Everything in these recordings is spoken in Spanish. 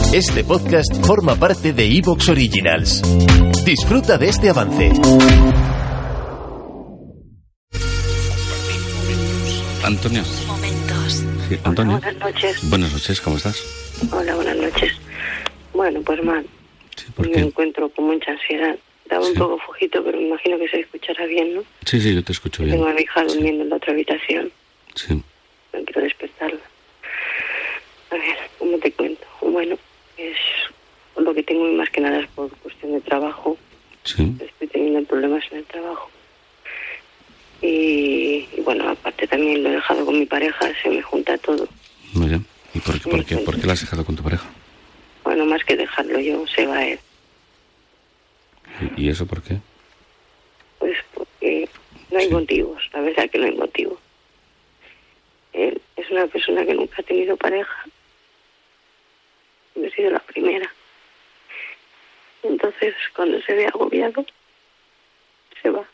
Este podcast forma parte de iVoox Originals. Disfruta de este avance. Antonio. Momentos. Sí, Antonio. Hola, buenas noches. Buenas noches, ¿cómo estás? Hola, buenas noches. Bueno, pues mal. Sí, ¿por Me qué? encuentro con mucha ansiedad. Daba un poco fujito, pero me imagino que se escuchará bien, ¿no? Sí, yo te escucho bien. Tengo a mi hija durmiendo en la otra habitación. Sí. No quiero despertarla. A ver, ¿cómo te cuento? Bueno, es lo que tengo y más que nada es por cuestión de trabajo. Sí. Estoy teniendo problemas en el trabajo. Y bueno, aparte también lo he dejado con mi pareja, se me junta todo. Muy bien. ¿Y por qué la has dejado con tu pareja? Bueno, más que dejarlo yo, se va él. ¿Y eso por qué? Pues porque no hay motivos, la verdad que no hay motivo. Él es una persona que nunca ha tenido pareja. Yo he sido la primera. Entonces, cuando se ve agobiado, se va.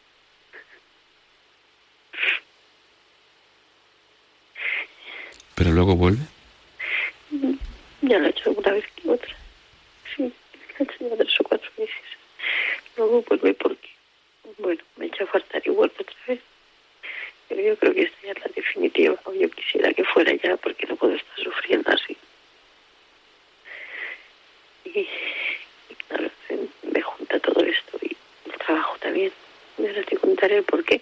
¿Pero luego vuelve? Ya lo he hecho una vez que otra. Sí, lo he hecho ya 3 o 4 veces. Luego vuelve porque, bueno, me echa a faltar y vuelve otra vez. Pero yo creo que esta ya es la definitiva. O yo quisiera que fuera ya porque no puedo estar sufriendo así. Y claro, me junta todo esto y el trabajo también. Ahora te contaré por qué.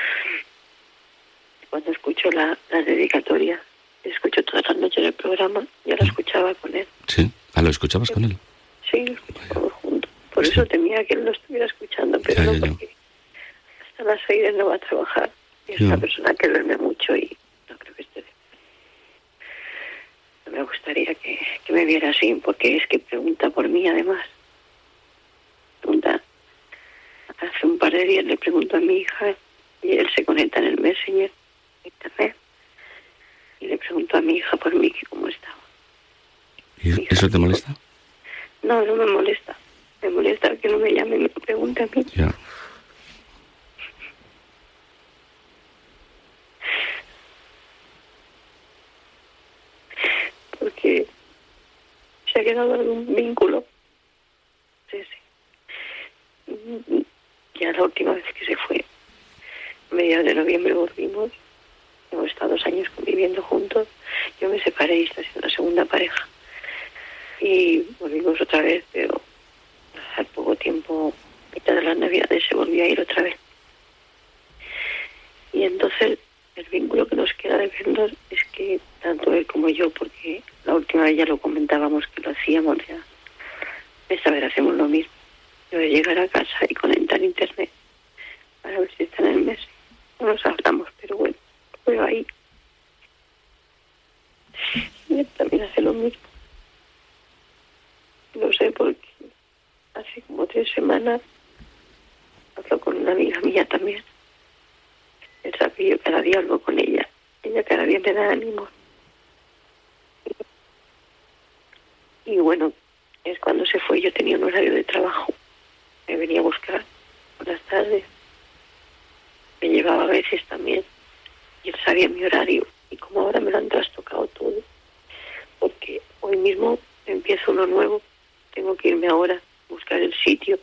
Cuando escucho las dedicatorias, escucho todas las noches el programa, yo lo escuchaba con él. Sí. ¿Lo escuchabas con él? Sí, lo escuchábamos juntos. Por eso temía que él lo estuviera escuchando, pero no, porque hasta las 6 él no va a trabajar. Y es una persona que duerme mucho y no creo que esté de acuerdo. No me gustaría que me viera así, porque es que pregunta por mí además. Pregunta. Hace un par de días le pregunto a mi hija y él se conecta en el Messenger, internet, y le pregunto a mi hija por mí que cómo estaba. ¿Y eso te molesta? No, no me molesta. Me molesta que no me llame y me lo pregunte a mí. Ya. Porque se ha quedado algún vínculo. Sí. Ya la última vez que se fue, a mediados de noviembre volvimos. Hemos estado 2 años conviviendo juntos. Yo me separé y está siendo la segunda pareja. Y volvimos otra vez, pero al poco tiempo, mitad de las navidades, se volvió a ir otra vez. Y entonces el vínculo que nos queda de vernos es que tanto él como yo, porque la última vez ya lo comentábamos que lo hacíamos ya, esta vez hacemos lo mismo. Yo de llegar a casa y conectar internet para ver si está en el mes. No nos hablamos, pero bueno, lo veo ahí. Y él también hace lo mismo. Lo sé porque hace como 3 semanas hablo con una amiga mía también. Él sabe que yo cada día hablo con ella. Ella cada día me da ánimo. Y bueno, es cuando se fue, yo tenía un horario de trabajo. Me venía a buscar por las tardes. Me llevaba a veces también. Y él sabía mi horario. Y como ahora me lo han trastocado todo. Porque hoy mismo empiezo uno nuevo. Tengo que irme ahora a buscar el sitio.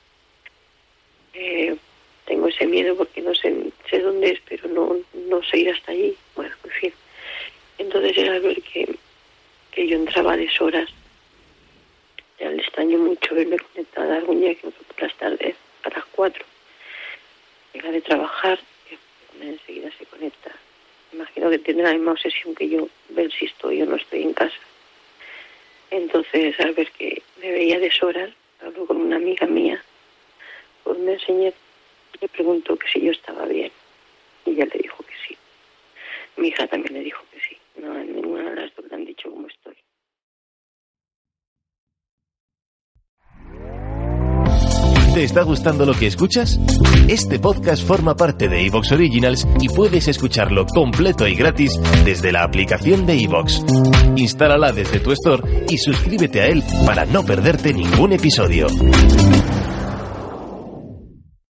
Tengo ese miedo porque no sé dónde es, pero no sé ir hasta allí. Bueno, en fin. Entonces era ver que yo entraba a deshoras. Ya le extraño mucho verme conectada algún día que me fue por las tardes, a las 4. Llega de trabajar y enseguida se conecta. Imagino que tiene la misma obsesión que yo, ver si estoy o no estoy en casa. Entonces, al ver que me veía deshoras, hablo con una amiga mía, por Messenger, le preguntó que si yo estaba bien. Y ella le dijo que sí. Mi hija también le dijo que sí. No, ninguna de las dos le han dicho cómo estoy. ¿Te está gustando lo que escuchas? Este podcast forma parte de iVoox Originals y puedes escucharlo completo y gratis desde la aplicación de iVoox. Instálala desde tu store y suscríbete a él para no perderte ningún episodio.